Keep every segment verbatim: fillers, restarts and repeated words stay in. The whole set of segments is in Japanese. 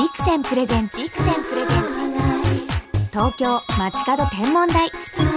ビクセンプレゼンツビクセンプレゼンツ東京街角天文台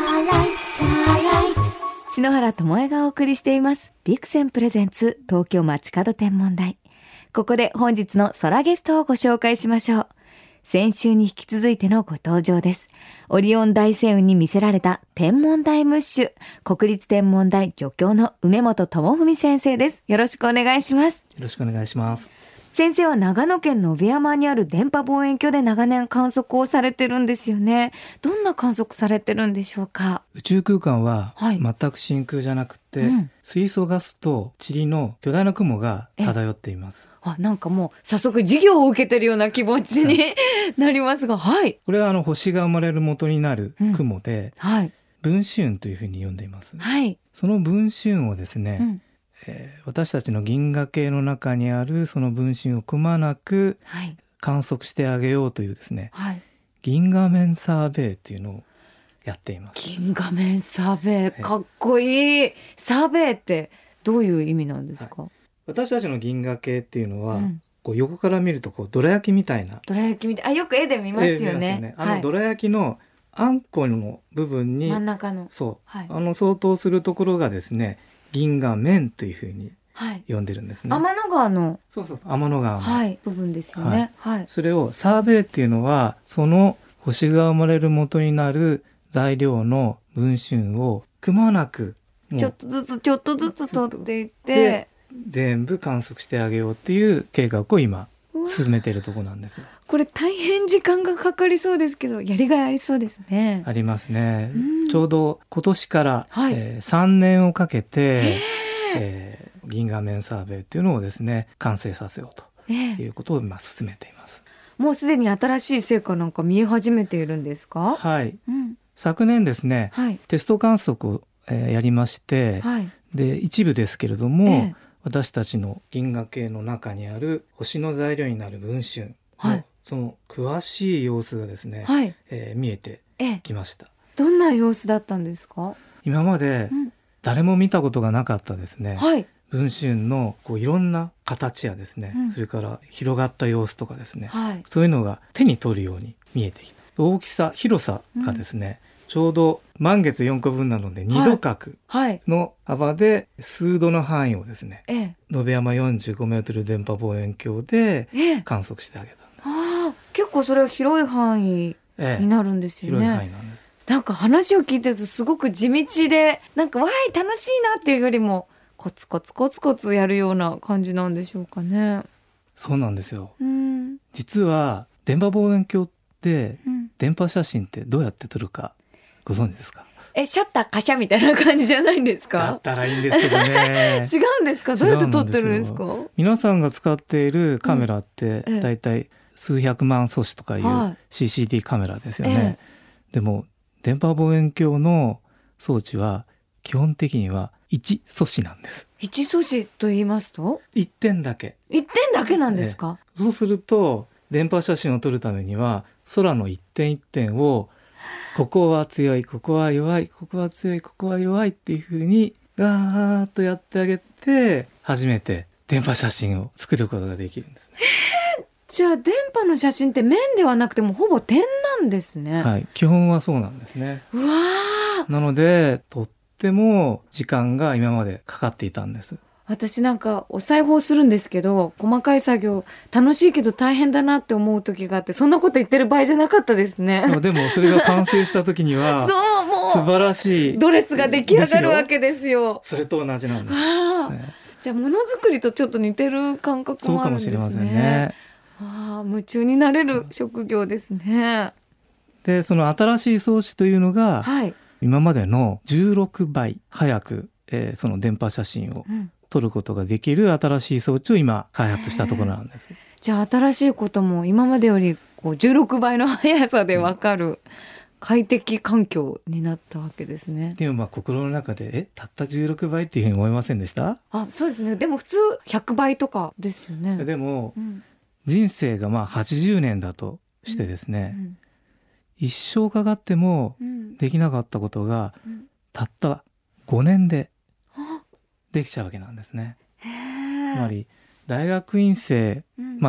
篠原智恵がお送りしていますビクセンプレゼンツ東京街角天文台。ここで本日の空ゲストをご紹介しましょう。先週に引き続いてのご登場です。オリオン大星雲に魅せられた天文台ムッシュ、国立天文台助教の梅本智文先生です。よろしくお願いします。 よろしくお願いします。 先生は長野県の小部山にある電波望遠鏡で長年観測をされてるんですよね。どんな観測されてるんでしょうか？ 宇宙空間は全く真空じゃなくて、はいうん、水素ガスと塵の巨大な雲が漂っています。 あ、なんかもう早速授業を受けてるような気持ちに、はい、なりますが、はい、 これはあの星が生まれる元になる雲で、 うんはい、 分子雲というふうに呼んでいます、 はい、 その分子雲をですね、 うんえー、私たちの銀河系の中にあるその分子雲をくまなく観測してあげようというですね、はい、銀河面サーベイというのをやっています。 銀河面サーベイ、かっこいい。サーベイってどういう意味なんですか？はい、 私たちの銀河系っていうのは、うん、こう横から見るとこうどら焼きみたいな、 どら焼きみたい、あ、よく絵で見ますよね。 えー、見ますよね。あのどら焼きのあんこの部分に、 真ん中の、 そう、 はい、 あの相当するところがですね、銀河面というふうに呼んでるんですね。 天の川の、 そうそうそう、天の川の、 はい、部分ですよね。はいはい、 それをサーベイっていうのは、その星が生まれる元になる材料の分子雲をくまなくもうちょっとずつちょっとずつ取っていって全部観測してあげようっていう計画を今進めているところなんですよ。 これ大変時間がかかりそうですけど、やりがいありそうですね。 ありますね。ちょうど今年から、 はいえー、さんねんをかけて、えー、銀河面サーベイっていうのをですね完成させようということを今進めています。 もうすでに新しい成果なんか見え始めているんですか？ はい、 うん、 昨年ですね、 はい、 テスト観測を、えー、やりまして、はい、で一部ですけれども、えー、私たちの銀河系の中にある星の材料になる分子雲の、はい、その詳しい様子がですね、はいえー、見えてきました。 えー、どんな様子だったんですか？ 今まで誰も見たことがなかったですね、 はい、 分子雲のこういろんな形やですね、うん、それから広がった様子とかですね、はい、そういうのが手に取るように見えてきた。大きさ、広さがですね、うん、ちょうど満月よんこぶんなのでにど角の幅で数度の範囲をですね、はいはい、延山よんじゅうごメートル電波望遠鏡で観測してあげたんです。 あ、結構それは広い範囲になるんですよね。 広い範囲なんです。 なんか話を聞いてるとすごく地道で、なんかわーい楽しいなっていうよりもコツコツコツコツやるような感じなんでしょうかね。 そうなんですよ。 うん、 実は電波望遠鏡って電波写真ってどうやって撮るかご存知ですか？ え、シャッターカシャみたいな感じじゃないんですか？ だったらいいんですけどね違うんですか？どうやって撮ってるんですか？ 皆さんが使っているカメラってだいたい数百万素子とかいう シーシーディー カメラですよね、はいええ、でも電波望遠鏡の装置は基本的にはいち素子なんです。 いち素子と言いますといってんだけ。 いってんだけなんですか？ ええ、そうすると電波写真を撮るためには空の一点一点をここは強い、ここは弱い、ここは強い、ここは弱いっていう風にガーッとやってあげて初めて電波写真を作ることができるんですね。 じゃあ電波の写真って面ではなくてもほぼ点なんですね。 はい、基本はそうなんですね。 うわー、 なのでとっても時間が今までかかっていたんです。 私なんかお裁縫するんですけど、細かい作業楽しいけど大変だなって思う時があって、そんなこと言ってる場合じゃなかったですね。 でもそれが完成した時にはそうもう素晴らしいドレスが出来上がるわけですよ。 それと同じなんです、 ね、じゃあものづくりとちょっと似てる感覚もあるんですね。 そうかもしれませんね。 あ、夢中になれる職業ですね。 でその新しい装置というのが、はい、今までのじゅうろくばい早く、えー、その電波写真を撮ることができる新しい装置を今開発したところなんです。 じゃあ新しいことも今までよりこうじゅうろくばいの速さで分かる快適環境になったわけですね。 でもまあ心の中でえたったじゅうろくばいっていうふうに思いませんでした？ あ、そうですね。でも普通ひゃくばいとかですよね。 でも、うん、人生がまあはちじゅうねんだとしてですね、うんうん、一生かかってもできなかったことが、うん、たったごねんでできちゃうわけなんですね。つまり大学院生、うん、まあ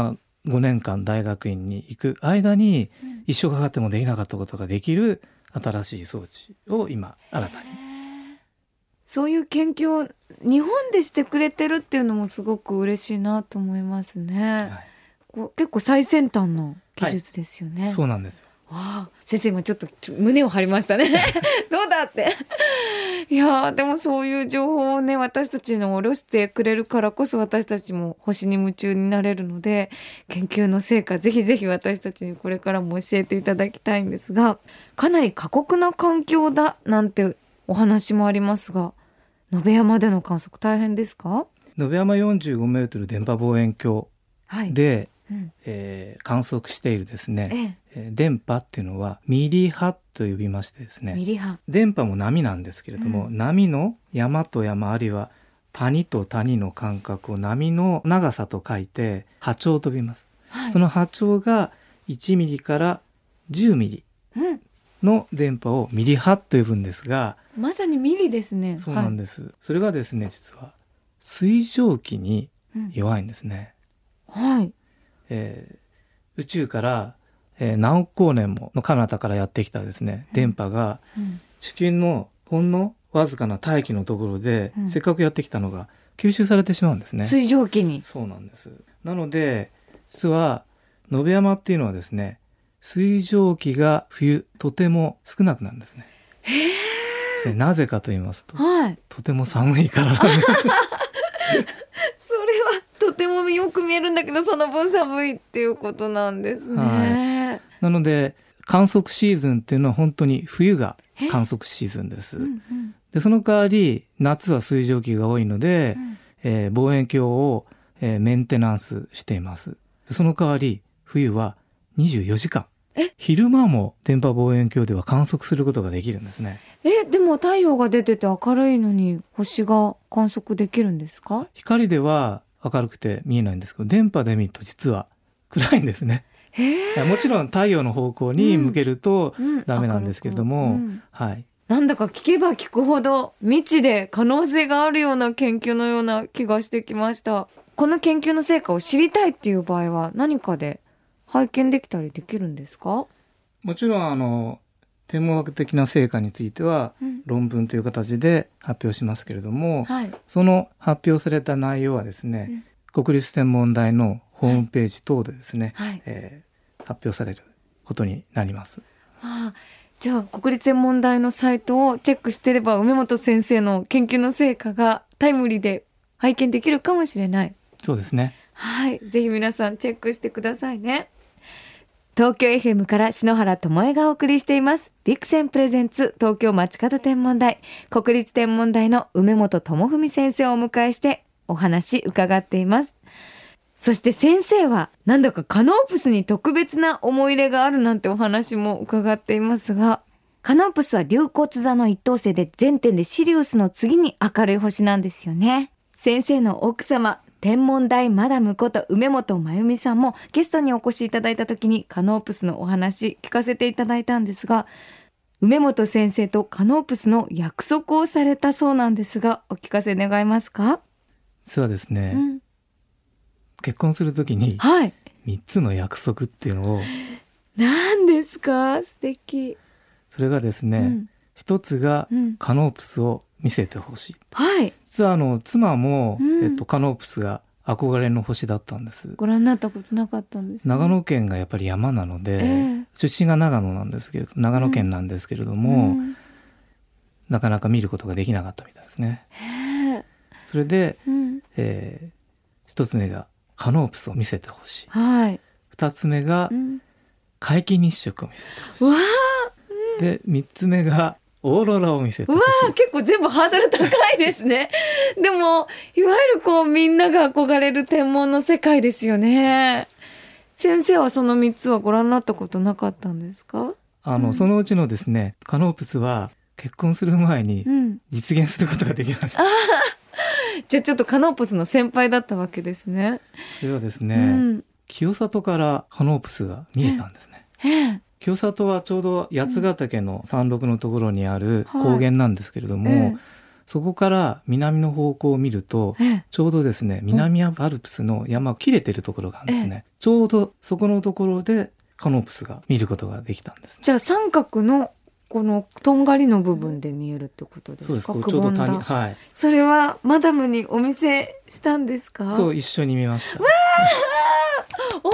ごねんかん大学院に行く間に一生かかってもできなかったことができる新しい装置を今新たに。 そういう研究を日本でしてくれてるっていうのもすごく嬉しいなと思いますね、はい、こう結構最先端の技術ですよね、 はい、そうなんですよ。 わあ、先生今ちょっと胸を張りましたねどうだっていやでもそういう情報をね私たちに下ろしてくれるからこそ私たちも星に夢中になれるので、研究の成果ぜひぜひ私たちにこれからも教えていただきたいんですが、かなり過酷な環境だなんてお話もありますが、野辺山での観測大変ですか？ 野辺山よんじゅうごメートル電波望遠鏡で、はいうんえー、観測しているですね、ええ、電波っていうのはミリ波と呼びましてですね、 ミリ波電波も波なんですけれども、うん、波の山と山あるいは谷と谷の間隔を波の長さと書いて波長と呼びます、はい、その波長がいちミリからじゅうミリの電波をミリ波と呼ぶんですが、 まさにミリですね。 そうなんです、はい、それがですね実は水蒸気に弱いんですね、 うん、はいえー、宇宙から、えー、何億光年もの彼方からやってきたですね、うん、電波が地球のほんのわずかな大気のところで、うん、せっかくやってきたのが吸収されてしまうんですね、 水蒸気に。 そうなんです。なので実は野辺山っていうのはですね、水蒸気が冬とても少なくなるんですね。 へー、 なぜかと言いますと、 はい、 とても寒いからなんですそれはとてもよく見えるんだけど、その分寒いっていうことなんですね、 はい、なので観測シーズンっていうのは本当に冬が観測シーズンです、うんうん、でその代わり夏は水蒸気が多いので、うんえー、望遠鏡を、えー、メンテナンスしています。その代わり冬はにじゅうよじかん、え昼間も電波望遠鏡では観測することができるんですね。 えでも太陽が出てて明るいのに星が観測できるんですか？ 光では明るくて見えないんですけど、電波で見ると実は暗いんですね。 へもちろん太陽の方向に向けるとダメなんですけれども、うんうんはい、 なんだか聞けば聞くほど未知で可能性があるような研究のような気がしてきました。この研究の成果を知りたいっていう場合は何かで拝見できたりできるんですか？ もちろんあの天文学的な成果については論文という形で発表しますけれども、うんはい、その発表された内容はですね、うん、国立天文台のホームページ等でですね、はいえー、発表されることになります。 ああ、じゃあ国立天文台のサイトをチェックしていれば梅本先生の研究の成果がタイムリーで拝見できるかもしれない。 そうですね。 はい、ぜひ皆さんチェックしてくださいね。東京 エフエム から篠原智恵がお送りしていますビクセンプレゼンツ東京街角天文台、国立天文台の梅本智文先生をお迎えしてお話伺っています。そして先生はなんだかカノープスに特別な思い入れがあるなんてお話も伺っていますが、カノープスは龍骨座の一等星で全天でシリウスの次に明るい星なんですよね。先生の奥様天文台マダムこと梅本真由美さんもゲストにお越しいただいた時にカノープスのお話聞かせていただいたんですが、梅本先生とカノープスの約束をされたそうなんですが、お聞かせ願えますか？ 実はですね、うん、結婚する時にみっつの約束っていうのを、はい、 何ですか？素敵。 それがですね、うん、一つがカノープスを見せてほしい、 はい、 実はあの妻も、うんえっと、カノープスが憧れの星だったんです。 ご覧になったことなかったんです、ね、 長野県がやっぱり山なので、えー、出身が長野なんですけれど長野県なんですけれども、うん、なかなか見ることができなかったみたいですね。 へー。 それで、うんえー、一つ目がカノープスを見せてほしい、 はい、 二つ目が、うん、皆既日食を見せてほしい、 わー、 うん、で三つ目がオーロラを見せてほしい。 うわ、結構全部ハードル高いですねでもいわゆるこうみんなが憧れる天文の世界ですよね。先生はそのみっつはご覧になったことなかったんですか？ あの、うん、そのうちのですねカノープスは結婚する前に実現することができました、うん、 じゃあちょっとカノープスの先輩だったわけですね。 それはですね、うん、清里からカノープスが見えたんですね。 ええ清里はちょうど八ヶ岳の山麓のところにある高原なんですけれども、うんええ、 そこから南の方向を見ると、ええ、ちょうどですね南アルプスの山が切れてるところがあるんですね、ええ、ちょうどそこのところでカノープスが見ることができたんです、ね、 じゃあ三角のこのとんがりの部分で見えるってことですか？ そうです、ちょうど谷、はい、 それはマダムにお見せしたんですか？ そう、一緒に見ました。 わー、おめでとうご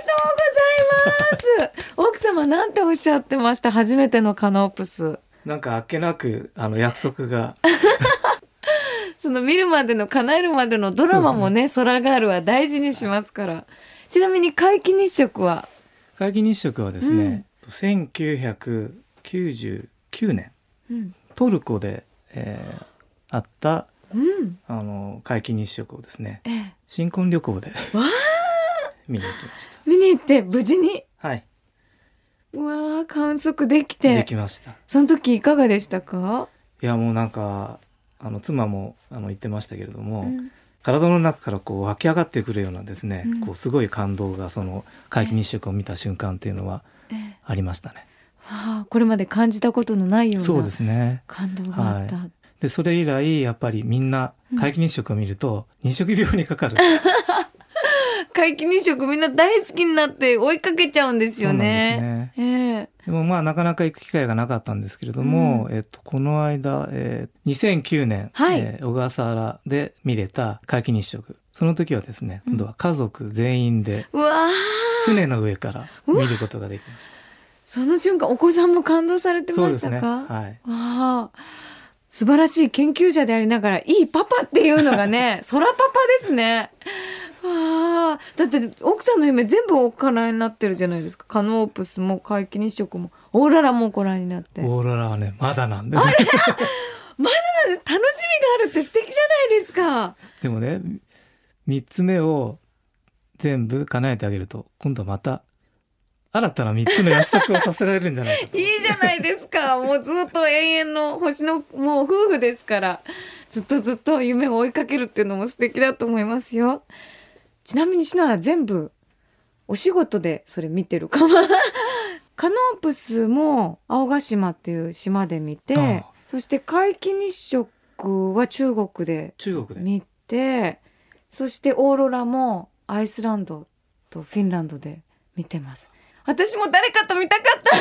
ざいます奥様なんておっしゃってました？初めてのカノープス。 なんかあっけなくあの約束がその見るまでの叶えるまでのドラマも ね, ね空ガールは大事にしますから。ちなみに皆既日食は皆既日食はですね、うん、せんきゅうひゃくきゅうじゅうきゅうねん、うん、トルコで、えー、あった、うん、あの皆既日食をですね、ええ、新婚旅行で見に行きました。 見に行って無事に、 はい、 うわ観測できてできました。 その時いかがでしたか？ いやもうなんかあの妻もあの言ってましたけれども、うん、体の中からこう湧き上がってくるようなですね、うん、こうすごい感動がその皆既日食を見た瞬間っていうのはありましたね、ええはあ、これまで感じたことのないようなそうですね感動があった、はい、 でそれ以来やっぱりみんな皆既日食を見ると日食病にかかる、 皆既日食みんな大好きになって追いかけちゃうんですよね。 そうなんですね、えー、でもまあなかなか行く機会がなかったんですけれども、うんえっと、この間、えー、にせんきゅうねん、はいえー、小笠原で見れた皆既日食、その時はですね、今度は家族全員で船の上から見ることができました。 その瞬間お子さんも感動されてましたか？そうですね、はい、わ素晴らしい研究者でありながらいいパパっていうのがね空パパですね。わだって奥さんの夢全部お叶えになってるじゃないですか。カノープスも皆既日食もオーロラもご覧になって。 オーロラはねまだなんですねまだなんです。楽しみがあるって素敵じゃないですか。 でもねみっつめを全部叶えてあげると今度はまた新たなみっつの約束をさせられるんじゃないかといいじゃないですか。もうずっと永遠の星のもう夫婦ですから、ずっとずっと夢を追いかけるっていうのも素敵だと思いますよ。ちなみに篠原全部お仕事でそれ見てるかもカノープスも青ヶ島っていう島で見て、ああそして皆既日食は中国で見て、そしてオーロラもアイスランドとフィンランドで見てます。私も誰かと見たかった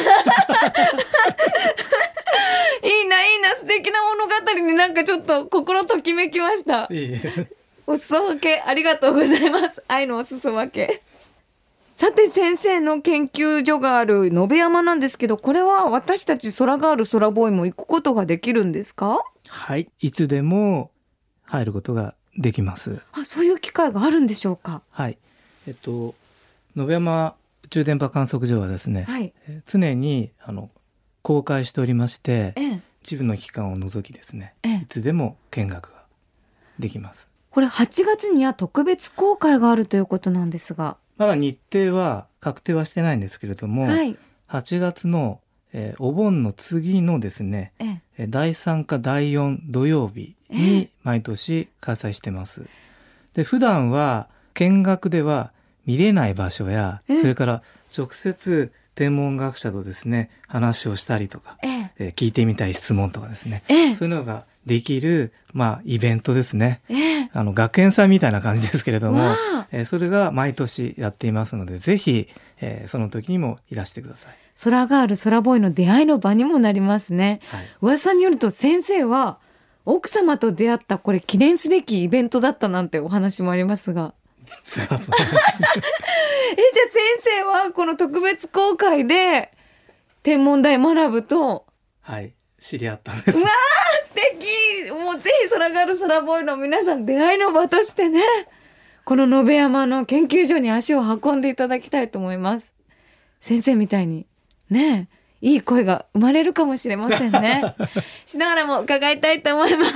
いいないいな、素敵な物語になんかちょっと心ときめきました。いいお裾分けありがとうございます。愛のお裾分け。さて先生の研究所がある野辺山なんですけど、これは私たち空ガール空ボーイも行くことができるんですか？ はい、いつでも入ることができます。 あ、そういう機会があるんでしょうか？ はい、えっと野辺山宇宙電波観測所はですね、はい、常にあの公開しておりまして、ええ、一部の期間を除きですね、ええ、いつでも見学ができます。 これはちがつには特別公開があるということなんですが、 まだ日程は確定はしてないんですけれども、はい、はちがつの、えー、お盆の次のですね、ええ、だいさんかだいよん土曜日に毎年開催してます。で普段は見学では見れない場所や、それから直接天文学者とですね話をしたりとか、ええ、聞いてみたい質問とかですね、ええ、そういうのができる、まあ、イベントですね、ええ、あの学園祭みたいな感じですけれども、えー、それが毎年やっていますので、ぜひ、えー、その時にもいらしてください。 空ガール空ボーイの出会いの場にもなりますね、はい、噂によると先生は奥様と出会ったこれ記念すべきイベントだったなんてお話もありますが、 実はそうなんですねえじゃあ先生はこの特別公開で天文台学ぶと、 はい知り合ったんです。 うわー素敵。もうぜひ空ガール空ボーイの皆さん出会いの場としてね、この野辺山の研究所に足を運んでいただきたいと思います。先生みたいにねいい声が生まれるかもしれませんね篠原も伺いたいと思います。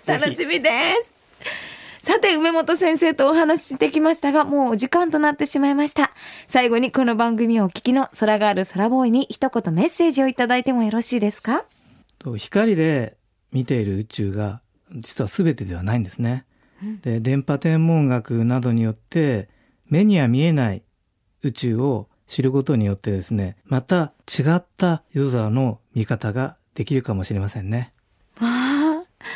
楽しみです。さて梅本先生とお話ししてきましたが、もうお時間となってしまいました。最後にこの番組をお聞きの空ガール空ボーイに一言メッセージをいただいてもよろしいですか？ 光で見ている宇宙が実は全てではないんですね、うん、で電波天文学などによって目には見えない宇宙を知ることによってですね、また違った夜空の見方ができるかもしれませんね。 あ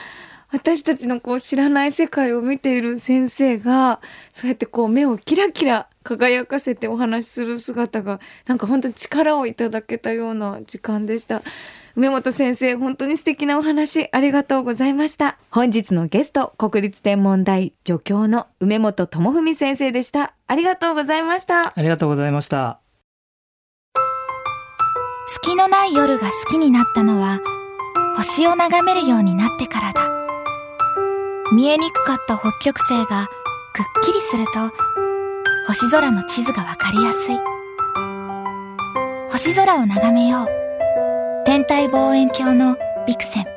私たちのこう知らない世界を見ている先生がそうやってこう目をキラキラ輝かせてお話しする姿がなんか本当に力をいただけたような時間でした。梅本先生、本当に素敵なお話ありがとうございました。本日のゲスト、国立天文台助教の梅本智文先生でした。ありがとうございました。 ありがとうございました。 月のない夜が好きになったのは星を眺めるようになってからだ。見えにくかった北極星がくっきりすると星空の地図がわかりやすい。星空を眺めよう。天体望遠鏡のビクセン。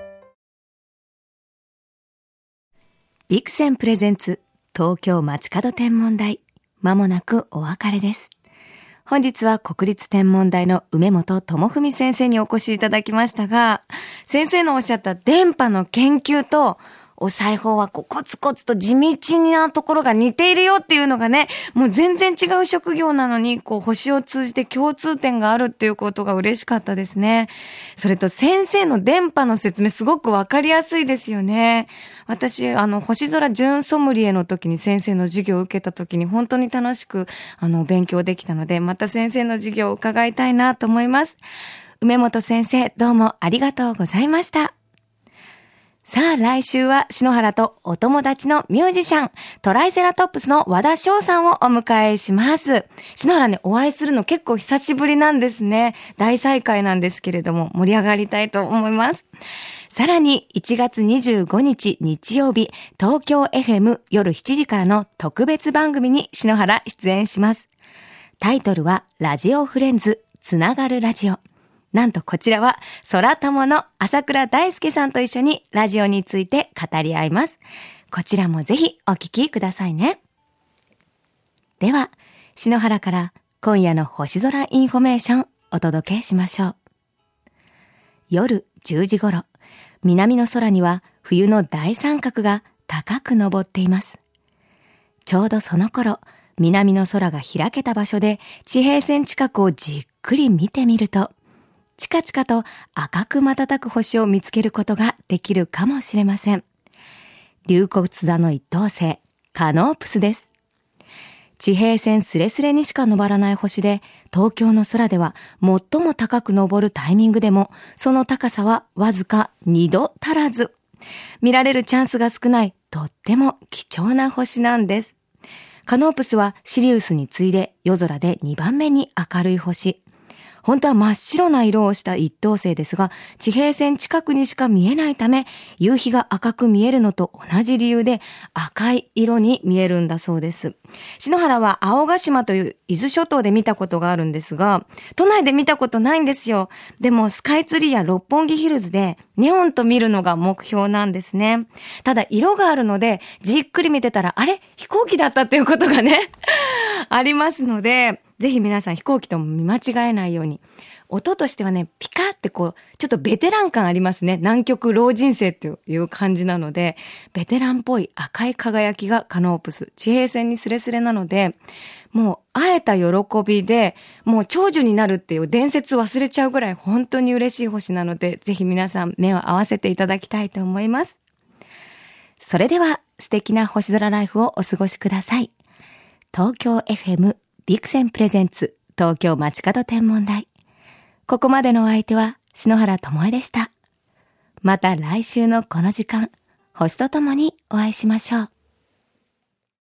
ビクセンプレゼンツ東京街角天文台、まもなくお別れです。本日は国立天文台の梅本智文先生にお越しいただきましたが、先生のおっしゃった電波の研究とお裁縫はこうコツコツと地道なところが似ているよっていうのがね、もう全然違う職業なのにこう星を通じて共通点があるっていうことが嬉しかったですね。それと先生の電波の説明すごくわかりやすいですよね。私あの星空準ソムリエの時に先生の授業を受けた時に本当に楽しくあの勉強できたので、また先生の授業を伺いたいなと思います。梅本先生、どうもありがとうございました。さあ来週は篠原とお友達のミュージシャントライセラトップスの和田翔さんをお迎えします。篠原ね、お会いするの結構久しぶりなんですね。大再会なんですけれども盛り上がりたいと思います。さらにいちがつにじゅうごにち日曜日、東京 エフエム 夜しちじからの特別番組に篠原出演します。タイトルはラジオフレンズつながるラジオ。なんとこちらは空友の朝倉大輔さんと一緒にラジオについて語り合います。こちらもぜひお聞きくださいね。では篠原から今夜の星空インフォメーションお届けしましょう。夜じゅうじ頃、南の空には冬の大三角が高く昇っています。ちょうどその頃、南の空が開けた場所で地平線近くをじっくり見てみると、チカチカと赤く瞬く星を見つけることができるかもしれません。龍骨座の一等星、カノープスです。地平線すれすれにしか昇らない星で、東京の空では最も高く昇るタイミングでも、その高さはわずかにど足らず。見られるチャンスが少ない、とっても貴重な星なんです。カノープスはシリウスに次いで夜空でにばんめに明るい星。本当は真っ白な色をした一等星ですが、地平線近くにしか見えないため、夕日が赤く見えるのと同じ理由で赤い色に見えるんだそうです。篠原は青ヶ島という伊豆諸島で見たことがあるんですが、都内で見たことないんですよ。でもスカイツリーや六本木ヒルズでネオンと見るのが目標なんですね。ただ色があるので、じっくり見てたら、あれ飛行機だったっていうことがね、ありますので、ぜひ皆さん飛行機とも見間違えないように。音としてはね、ピカってこう、ちょっとベテラン感ありますね。南極老人星っていう感じなので、ベテランっぽい赤い輝きがカノープス。地平線にスレスレなので、もう会えた喜びで、もう長寿になるっていう伝説忘れちゃうぐらい本当に嬉しい星なので、ぜひ皆さん目を合わせていただきたいと思います。それでは素敵な星空ライフをお過ごしください。東京 エフエム ビクセンプレゼンツ東京街角天文台。ここまでのお相手は篠原智恵でした。また来週のこの時間、星とともにお会いしましょう。